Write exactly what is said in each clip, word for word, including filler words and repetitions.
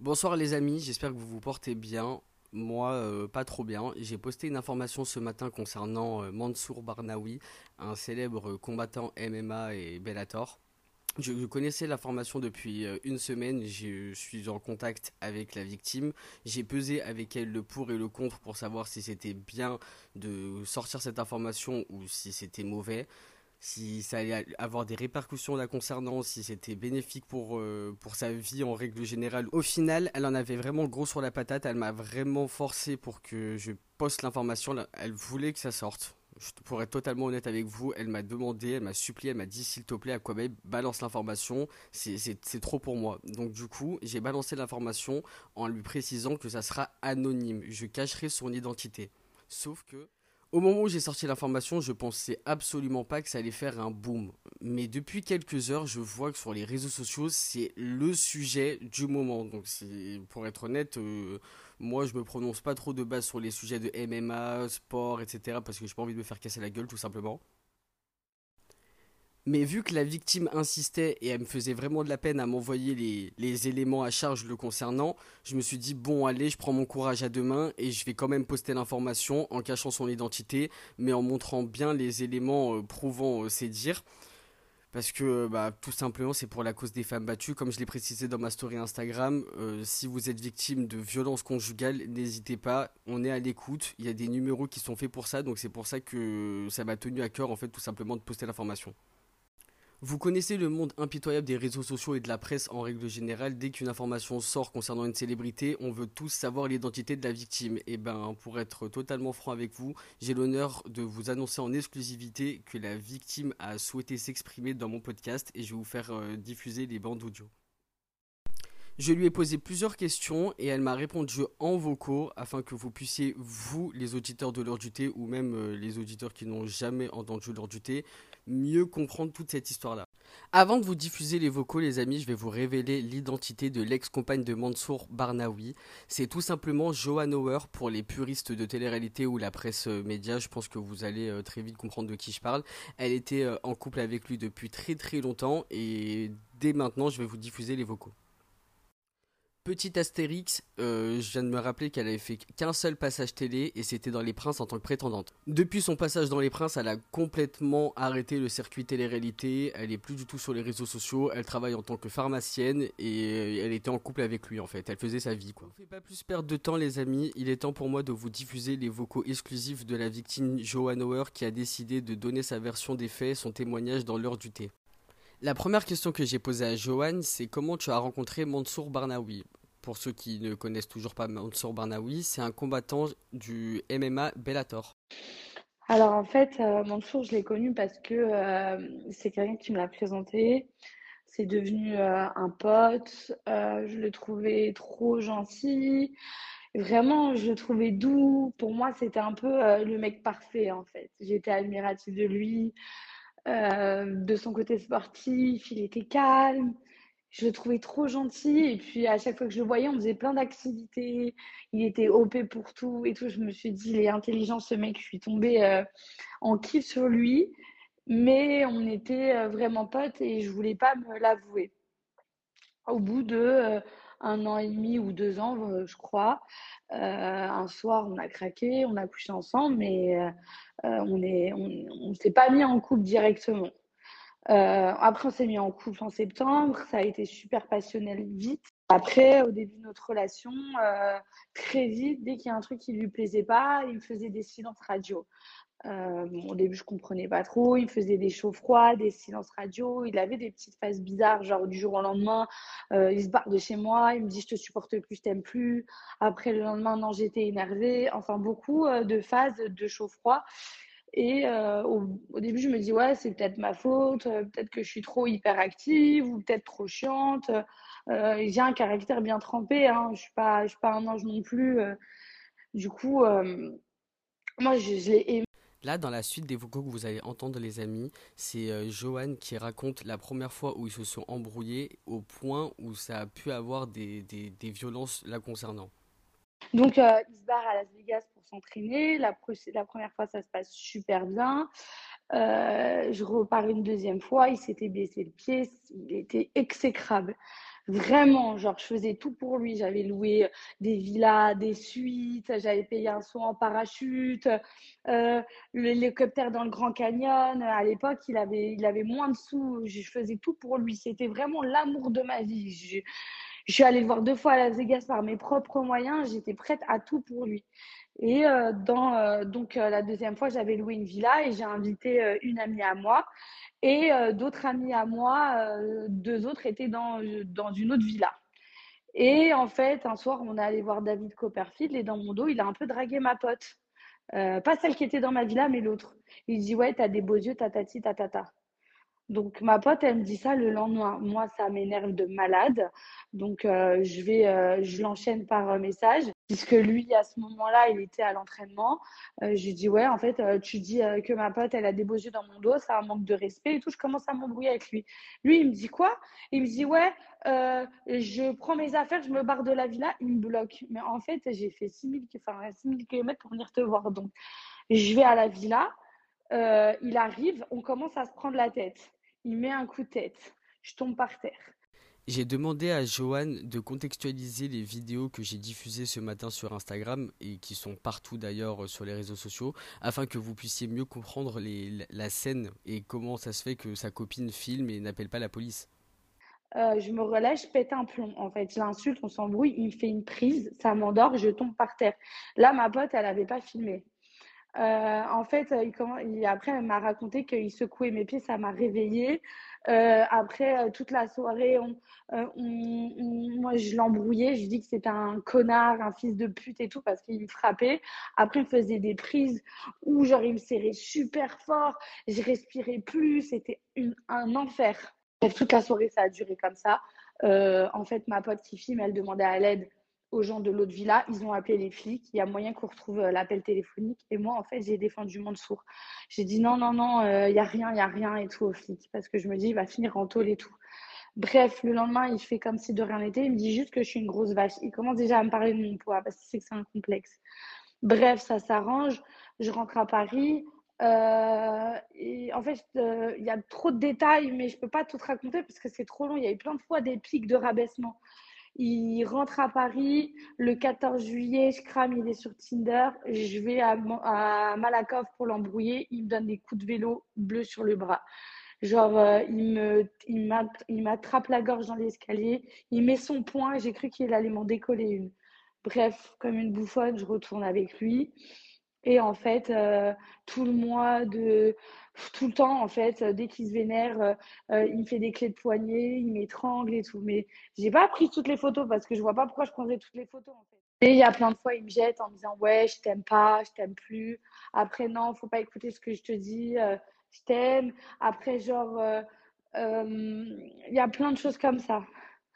Bonsoir les amis, j'espère que vous vous portez bien. Moi, euh, pas trop bien. J'ai posté une information ce matin concernant euh, Mansour Barnaoui, un célèbre combattant M M A et Bellator. Je, je connaissais l'information depuis euh, une semaine, je suis en contact avec la victime. J'ai pesé avec elle le pour et le contre pour savoir si c'était bien de sortir cette information ou si c'était mauvais, si ça allait avoir des répercussions la concernant, si c'était bénéfique pour, euh, pour sa vie en règle générale. Au final, elle en avait vraiment gros sur la patate, elle m'a vraiment forcé pour que je poste l'information, elle voulait que ça sorte. Je- Pour être totalement honnête avec vous, elle m'a demandé, elle m'a supplié, elle m'a dit s'il te plaît, Aquababe, balance l'information, c'est c'est- c'est trop pour moi. Donc du coup, j'ai balancé l'information en lui précisant que ça sera anonyme, je cacherai son identité. Sauf que au moment où j'ai sorti l'information, je pensais absolument pas que ça allait faire un boom. Mais depuis quelques heures, je vois que sur les réseaux sociaux, c'est le sujet du moment. Donc, c'est- pour être honnête, euh, moi, je me prononce pas trop de base sur les sujets de M M A, sport, et cetera. Parce que j'ai pas envie de me faire casser la gueule, tout simplement. Mais vu que la victime insistait et elle me faisait vraiment de la peine à m'envoyer les, les éléments à charge le concernant, je me suis dit bon allez, je prends mon courage à deux mains et je vais quand même poster l'information en cachant son identité, mais en montrant bien les éléments euh, prouvant euh, ses dires. Parce que bah, tout simplement c'est pour la cause des femmes battues. Comme je l'ai précisé dans ma story Instagram, euh, si vous êtes victime de violences conjugales, n'hésitez pas, on est à l'écoute. Il y a des numéros qui sont faits pour ça, donc c'est pour ça que ça m'a tenu à cœur en fait tout simplement de poster l'information. Vous connaissez le monde impitoyable des réseaux sociaux et de la presse en règle générale. Dès qu'une information sort concernant une célébrité, on veut tous savoir l'identité de la victime. Et ben, pour être totalement franc avec vous, j'ai l'honneur de vous annoncer en exclusivité que la victime a souhaité s'exprimer dans mon podcast et je vais vous faire euh, diffuser les bandes audio. Je lui ai posé plusieurs questions et elle m'a répondu en vocaux afin que vous puissiez, vous, les auditeurs de l'heure du thé ou même euh, les auditeurs qui n'ont jamais entendu l'heure du thé, mieux comprendre toute cette histoire-là. Avant de vous diffuser les vocaux, les amis, je vais vous révéler l'identité de l'ex-compagne de Mansour Barnaoui. C'est tout simplement Joanne Hauer pour les puristes de télé-réalité ou la presse euh, média. Je pense que vous allez euh, très vite comprendre de qui je parle. Elle était euh, en couple avec lui depuis très très longtemps et dès maintenant, je vais vous diffuser les vocaux. Petit astérix, euh, je viens de me rappeler qu'elle avait fait qu'un seul passage télé et c'était dans Les Princes en tant que prétendante. Depuis son passage dans Les Princes, elle a complètement arrêté le circuit télé-réalité, elle est plus du tout sur les réseaux sociaux, elle travaille en tant que pharmacienne et elle était en couple avec lui en fait, elle faisait sa vie quoi. On ne fait pas plus perdre de temps les amis, il est temps pour moi de vous diffuser les vocaux exclusifs de la victime Joanne Hauer qui a décidé de donner sa version des faits, son témoignage dans l'heure du thé. La première question que j'ai posée à Johan, c'est comment tu as rencontré Mansour Barnaoui. Pour ceux qui ne connaissent toujours pas Mansour Barnaoui, c'est un combattant du M M A Bellator. Alors en fait, euh, Mansour, je l'ai connu parce que euh, c'est quelqu'un qui me l'a présenté. C'est devenu euh, un pote. Euh, je le trouvais trop gentil. Vraiment, je le trouvais doux. Pour moi, c'était un peu euh, le mec parfait en fait. J'étais admirative de lui, euh, de son côté sportif. Il était calme. Je le trouvais trop gentil. Et puis, à chaque fois que je le voyais, on faisait plein d'activités. Il était O P pour tout et tout. Je me suis dit, il est intelligent, ce mec. Je suis tombée euh, en kiff sur lui. Mais on était euh, vraiment potes et je voulais pas me l'avouer. Au bout de euh, un an et demi ou deux ans, euh, je crois, euh, un soir, on a craqué, on a couché ensemble, mais euh, euh, on est, on, on s'est pas mis en couple directement. Euh, après, on s'est mis en couple en septembre. Ça a été super passionnel vite. Après, au début de notre relation, euh, très vite, dès qu'il y a un truc qui lui plaisait pas, il me faisait des silences radio. Euh, bon, au début, je comprenais pas trop. Il me faisait des chauds froids, des silences radio. Il avait des petites phases bizarres, genre du jour au lendemain, euh, il se barre de chez moi. Il me dit je te supporte plus, je t'aime plus. Après le lendemain, non, j'étais énervée. Enfin, beaucoup euh, de phases de chaud froid. Et euh, au, au, début, je me dis, ouais, c'est peut-être ma faute, euh, peut-être que je suis trop hyperactive ou peut-être trop chiante. Euh, j'ai un caractère bien trempé, hein, je ne suis, pas, je suis pas un ange non plus. Euh, du coup, euh, moi, je, je l'ai aimé. Là, dans la suite des vocaux que vous allez entendre, les amis, c'est euh, Johan qui raconte la première fois où ils se sont embrouillés au point où ça a pu avoir des, des, des violences la concernant. Donc, euh, il se barre à Las Vegas pour s'entraîner. La, la, première fois, ça se passe super bien. Euh, je repars une deuxième fois. Il s'était blessé le pied. Il était exécrable. Vraiment, genre, je faisais tout pour lui. J'avais loué des villas, des suites, j'avais payé un saut en parachute, euh, l'hélicoptère dans le Grand Canyon. À l'époque, il avait, il avait moins de sous. Je faisais tout pour lui. C'était vraiment l'amour de ma vie. Je, je suis allée le voir deux fois à Las Vegas par mes propres moyens. J'étais prête à tout pour lui. Et euh, dans, euh, donc, euh, la deuxième fois, j'avais loué une villa et j'ai invité euh, une amie à moi. Et euh, d'autres amis à moi, euh, deux autres étaient dans, dans une autre villa. Et en fait, un soir, on est allé voir David Copperfield et dans mon dos, il a un peu dragué ma pote. Euh, pas celle qui était dans ma villa, mais l'autre. Il dit, ouais, t'as des beaux yeux, tatati, tatata. Donc ma pote, elle me dit ça le lendemain. Moi, ça m'énerve de malade. Donc euh, je vais, euh, je l'enchaîne par euh, message, puisque lui, à ce moment-là, il était à l'entraînement. Euh, je lui dis ouais, en fait, euh, tu dis euh, que ma pote, elle a des beaux yeux dans mon dos, c'est un manque de respect et tout. Je commence à m'embrouiller avec lui. Lui, il me dit quoi? Il me dit ouais, euh, je prends mes affaires, je me barre de la villa, il me bloque. Mais en fait, j'ai fait six mille, enfin, six mille kilomètres pour venir te voir. Donc je vais à la villa. Euh, il arrive, on commence à se prendre la tête. Il met un coup de tête. Je tombe par terre. J'ai demandé à Johan de contextualiser les vidéos que j'ai diffusées ce matin sur Instagram et qui sont partout d'ailleurs sur les réseaux sociaux afin que vous puissiez mieux comprendre les, la scène et comment ça se fait que sa copine filme et n'appelle pas la police. Euh, je me relève, je pète un plomb. En fait, je l'insulte, on s'embrouille, il me fait une prise, ça m'endort, je tombe par terre. Là, ma pote, elle n'avait pas filmé. Euh, en fait, il, comment, il, après, elle m'a raconté qu'il secouait mes pieds, ça m'a réveillée. Euh, après, euh, toute la soirée, on, euh, on, on, moi, je l'embrouillais, je dis que c'était un connard, un fils de pute et tout, parce qu'il me frappait. Après, il me faisait des prises où, genre, il me serrait super fort, je respirais plus, c'était une, un enfer. Bref, toute la soirée, ça a duré comme ça. Euh, en fait, ma pote qui filme, elle demandait à l'aide aux gens de l'autre villa, ils ont appelé les flics, il y a moyen qu'on retrouve euh, l'appel téléphonique. Et moi, en fait, j'ai défendu Mansour. J'ai dit non, non, non, il euh, n'y a rien, il n'y a rien et tout aux flics, parce que je me dis, il va finir en tôle et tout. Bref, le lendemain, il fait comme si de rien n'était, il me dit juste que je suis une grosse vache. Il commence déjà à me parler de mon poids, parce qu'il sait que c'est un complexe. Bref, ça s'arrange, je rentre à Paris. Euh, et en fait, euh, il y a trop de détails, mais je ne peux pas tout te raconter parce que c'est trop long. Il y a eu plein de fois des pics de rabaissement. Il rentre à Paris le quatorze juillet, je crame, il est sur Tinder. Je vais à, à Malakoff pour l'embrouiller. Il me donne des coups de vélo bleus sur le bras. Genre, euh, il me, il m'attrape la gorge dans l'escalier. Il met son poing. J'ai cru qu'il allait m'en décoller une. Bref, comme une bouffonne, je retourne avec lui. Et en fait, euh, tout le mois de tout le temps, en fait, euh, dès qu'il se vénère, euh, euh, il me fait des clés de poignet, il m'étrangle et tout. Mais j'ai pas pris toutes les photos parce que je vois pas pourquoi je prendrais toutes les photos, en fait. Et il y a plein de fois, il me jette en me disant ouais, je t'aime pas, je t'aime plus. Après, non, faut pas écouter ce que je te dis, euh, je t'aime. Après, genre, euh, euh, il y a plein de choses comme ça.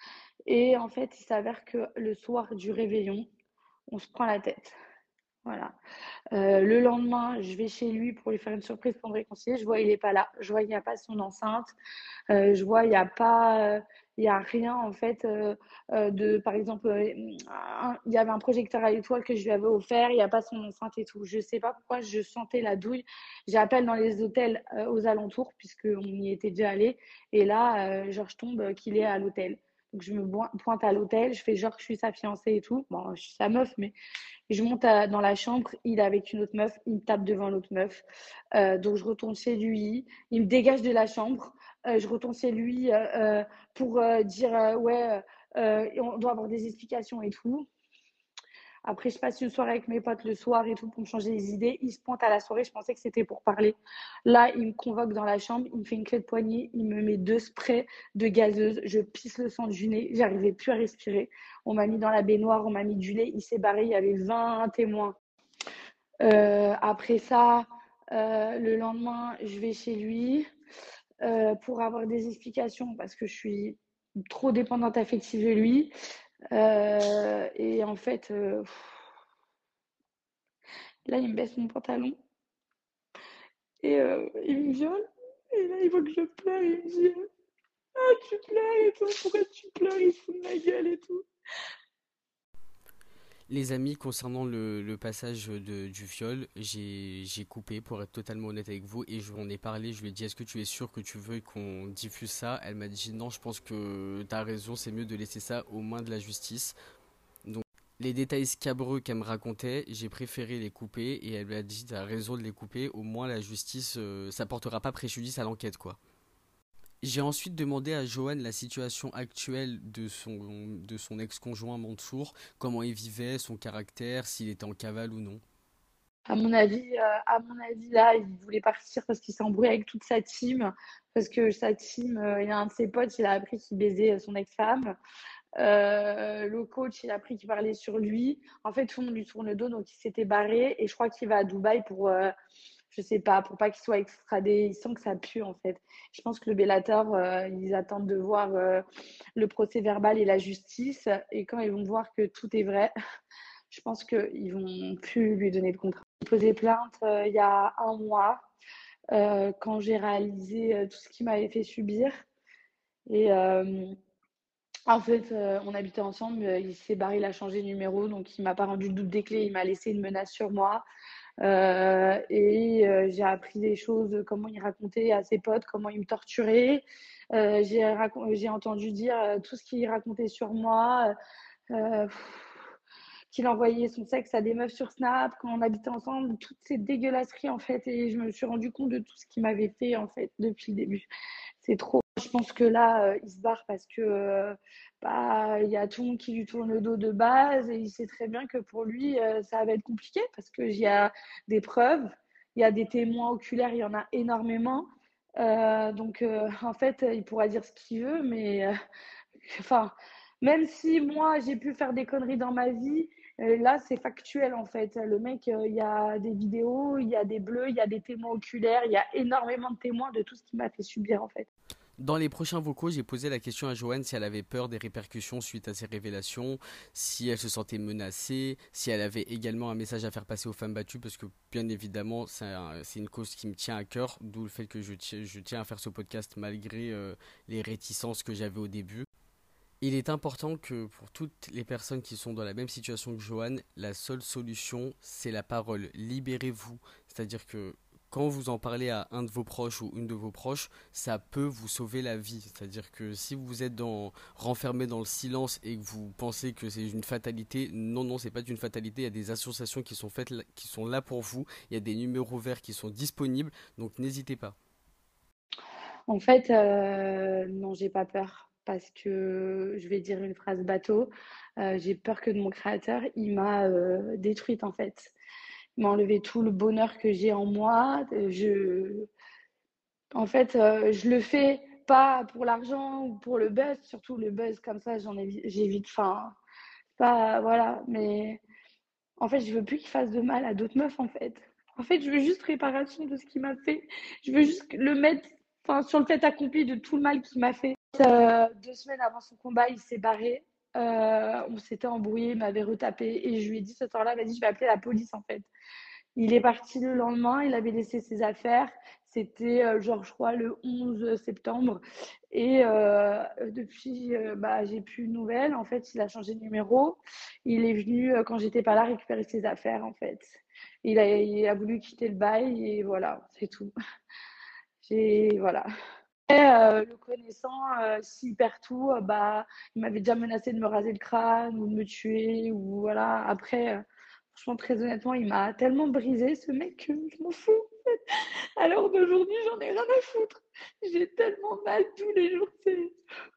Et en fait, il s'avère que le soir du réveillon, on se prend la tête. Voilà. Euh, le lendemain, je vais chez lui pour lui faire une surprise pour me réconcilier. Je vois il n'est pas là. Je vois il n'y a pas son enceinte. Euh, je vois il n'y a pas, euh, il y a rien en fait euh, euh, de, par exemple, euh, un- il y avait un projecteur à l'étoile que je lui avais offert. Il n'y a pas son enceinte et tout. Je sais pas pourquoi je sentais la douille. J'appelle dans les hôtels euh, aux alentours puisqu'on y était déjà allé. Et là, euh, genre je tombe euh, qu'il est à l'hôtel. Donc je me pointe à l'hôtel, je fais genre que je suis sa fiancée et tout. Bon, je suis sa meuf, mais je monte à- dans la chambre, il est avec une autre meuf, il me tape devant l'autre meuf. Euh, donc je retourne chez lui, il me dégage de la chambre. Euh, je retourne chez lui euh, euh, pour euh, dire euh, ouais, euh, on doit avoir des explications et tout. Après, je passe une soirée avec mes potes le soir et tout pour me changer les idées. Il se pointe à la soirée, je pensais que c'était pour parler. Là, il me convoque dans la chambre, il me fait une clé de poignet, il me met deux sprays de gazeuse. Je pisse le sang du nez, j'arrivais plus à respirer. On m'a mis dans la baignoire, on m'a mis du lait, il s'est barré, il y avait vingt témoins. Euh, après ça, euh, le lendemain, je vais chez lui euh, pour avoir des explications parce que je suis trop dépendante affective de lui. Euh, et en fait, euh, là, il me baisse mon pantalon et euh, il me viole. Et là, il voit que je pleure. Il me dit ah, tu pleures et tout. Pourquoi tu pleures? Il se fout de ma gueule et tout. Les amis, concernant le, le passage de- du viol, j'ai j'ai coupé pour être totalement honnête avec vous et je lui en ai parlé, je lui ai dit est-ce que tu es sûr que tu veux qu'on diffuse ça? Elle m'a dit non, je pense que t'as raison, c'est mieux de laisser ça aux mains de la justice. Donc les détails scabreux qu'elle me racontait, j'ai préféré les couper et elle m'a dit t'as raison de les couper, au moins la justice, euh, ça portera pas préjudice à l'enquête quoi. J'ai ensuite demandé à Johan la situation actuelle de son, de son ex-conjoint Mansour, comment il vivait, son caractère, s'il était en cavale ou non. À mon avis, euh, à mon avis, là, il voulait partir parce qu'il s'est embrouillé avec toute sa team. Parce que sa team, euh, il y a un de ses potes, il a appris qu'il baisait euh, son ex-femme. Euh, le coach, il a appris qu'il parlait sur lui. En fait, tout le monde lui tourne le dos, donc il s'était barré. Et je crois qu'il va à Dubaï pour, euh, je sais pas, pour pas qu'il soit extradé. Il sent que ça pue, en fait. Je pense que le Bellator, euh, ils attendent de voir euh, le procès verbal et la justice. Et quand ils vont voir que tout est vrai, je pense qu'ils vont plus lui donner de contrat. J'ai posé plainte euh, il y a un mois euh, quand j'ai réalisé euh, tout ce qu'il m'avait fait subir. Et euh, en fait, euh, on habitait ensemble, euh, il s'est barré, il a changé de numéro, donc il m'a pas rendu le double des clés, il m'a laissé une menace sur moi. Euh, et euh, j'ai appris des choses, comment il racontait à ses potes, comment il me torturait. Euh, j'ai, racon- j'ai entendu dire euh, tout ce qu'il racontait sur moi. Euh, qu'il envoyait son sexe à des meufs sur Snap quand on habitait ensemble, toutes ces dégueulasseries en fait, et je me suis rendu compte de tout ce qu'il m'avait fait en fait depuis le début. C'est trop. Je pense que là, euh, il se barre parce que euh, bah, il y a tout le monde qui lui tourne le dos de base et il sait très bien que pour lui, euh, ça va être compliqué parce qu'il y a des preuves, il y a des témoins oculaires, il y en a énormément. Euh, donc, euh, en fait, il pourra dire ce qu'il veut, mais euh, enfin, même si moi j'ai pu faire des conneries dans ma vie, euh, là c'est factuel en fait. Le mec, euh, il y a des vidéos, il y a des bleus, il y a des témoins oculaires, il y a énormément de témoins de tout ce qu'il m'a fait subir en fait. Dans les prochains vocaux, j'ai posé la question à Joanne si elle avait peur des répercussions suite à ces révélations, si elle se sentait menacée, si elle avait également un message à faire passer aux femmes battues, parce que bien évidemment, c'est un- c'est une cause qui me tient à cœur, d'où le fait que je, tiens- je tiens à faire ce podcast malgré euh, les réticences que j'avais au début. Il est important que pour toutes les personnes qui sont dans la même situation que Johan, la seule solution, c'est la parole. Libérez-vous. C'est-à-dire que quand vous en parlez à un de vos proches ou une de vos proches, ça peut vous sauver la vie. C'est-à-dire que si vous êtes dans, renfermé dans le silence et que vous pensez que c'est une fatalité, non, non, c'est pas une fatalité. Il y a des associations qui sont faites, là- qui sont là pour vous. Il y a des numéros verts qui sont disponibles. Donc n'hésitez pas. En fait, euh, non, j'ai pas peur parce que je vais dire une phrase bateau. Euh, j'ai peur que de mon créateur, il m'a euh, détruite en fait. Il m'a enlevé tout le bonheur que j'ai en moi. Je, En fait, euh, je le fais pas pour l'argent ou pour le buzz, surtout le buzz comme ça, j'en ai, j'ai vite faim. Pas, voilà, mais en fait, je veux plus qu'il fasse de mal à d'autres meufs, en fait. En fait, je veux juste réparation de ce qu'il m'a fait. Je veux juste le mettre, enfin, sur le fait accompli de tout le mal qu'il m'a fait. Euh, deux semaines avant son combat, il s'est barré. Euh, on s'était embrouillé, il m'avait retapé et je lui ai dit ce soir-là, vas-y, je vais appeler la police, en fait. Il est parti le lendemain, il avait laissé ses affaires. C'était euh, genre, je crois, le onze septembre. Et euh, depuis, euh, bah, j'ai plus de nouvelles. En fait, il a changé de numéro. Il est venu, euh, quand j'étais pas là, récupérer ses affaires, en fait. Il a, il a voulu quitter le bail et voilà, c'est tout. J'ai, voilà. Et, euh, le connaissant, euh, s'il perd tout, euh, bah, il m'avait déjà menacé de me raser le crâne ou de me tuer. Ou voilà. Après, euh, franchement, très honnêtement, il m'a tellement brisé, ce mec, que je m'en fous. À l'heure d'aujourd'hui, j'en ai rien à foutre. J'ai tellement mal tous les jours. C'est...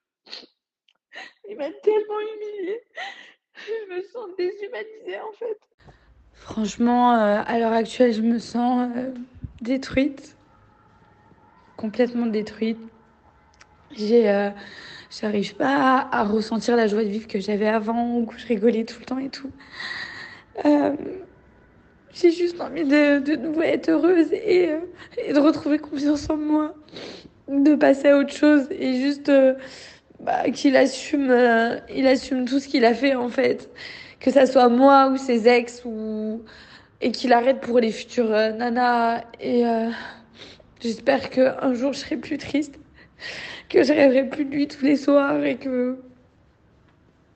Il m'a tellement humiliée. Je me sens déshumanisée en fait. Franchement, euh, à l'heure actuelle, je me sens euh, détruite, complètement détruite. J'ai, euh, j'arrive pas à, à ressentir la joie de vivre que j'avais avant, où je rigolais tout le temps et tout. Euh, j'ai juste envie de, de nouveau être heureuse et, euh, et de retrouver confiance en moi, de passer à autre chose et juste euh, bah, qu'il assume, euh, il assume tout ce qu'il a fait en fait, que ça soit moi ou ses ex ou et qu'il arrête pour les futures euh, nanas et euh, j'espère que un jour je serai plus triste, que je rêverai plus de lui tous les soirs et que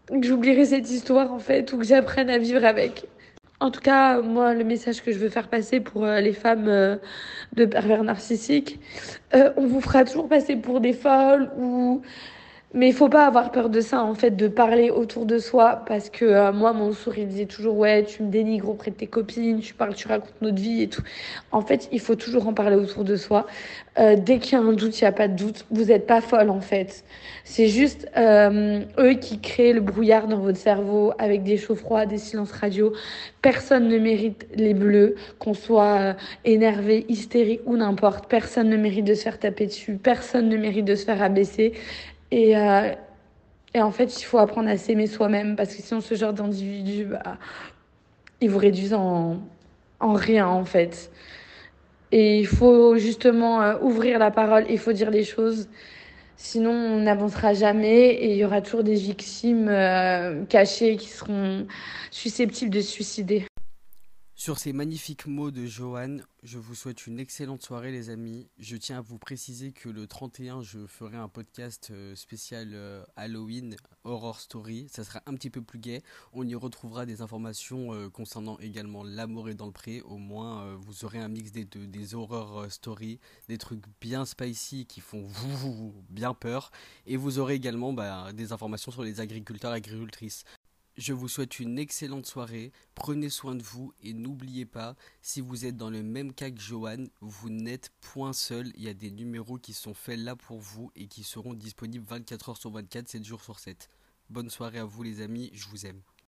que j'oublierai cette histoire en fait, ou que j'apprenne à vivre avec. En tout cas, moi, le message que je veux faire passer pour euh, les femmes euh, de pervers narcissiques, euh, on vous fera toujours passer pour des folles ou mais il faut pas avoir peur de ça, en fait, de parler autour de soi, parce que euh, moi, mon sourd, il disait toujours, ouais, tu me dénigres auprès de tes copines, tu parles, tu racontes notre vie et tout. En fait, il faut toujours en parler autour de soi. Euh, dès qu'il y a un doute, il n'y a pas de doute. Vous n'êtes pas folle, en fait. C'est juste euh, eux qui créent le brouillard dans votre cerveau avec des chauds froids, des silences radio. Personne ne mérite les bleus, qu'on soit euh, énervé, hystérique ou n'importe. Personne ne mérite de se faire taper dessus. Personne ne mérite de se faire abaisser. Et, euh, et en fait, il faut apprendre à s'aimer soi-même parce que sinon, ce genre d'individu, bah, ils vous réduisent en, en rien, en fait. Et il faut justement euh, ouvrir la parole, il faut dire les choses. Sinon, on n'avancera jamais et il y aura toujours des victimes euh, cachées qui seront susceptibles de se suicider. Sur ces magnifiques mots de Johan, je vous souhaite une excellente soirée les amis. Je tiens à vous préciser que le trente et un, je ferai un podcast euh, spécial euh, Halloween, Horror Story. Ça sera un petit peu plus gai. On y retrouvera des informations euh, concernant également l'amour est dans le pré. Au moins, euh, vous aurez un mix des deux, des horror euh, story, des trucs bien spicy qui font vous, vous, vous, bien peur. Et vous aurez également bah, des informations sur les agriculteurs et agricultrices. Je vous souhaite une excellente soirée, prenez soin de vous et n'oubliez pas, si vous êtes dans le même cas que Johan, vous n'êtes point seul, il y a des numéros qui sont faits là pour vous et qui seront disponibles vingt-quatre heures sur vingt-quatre, sept jours sur sept. Bonne soirée à vous les amis, je vous aime.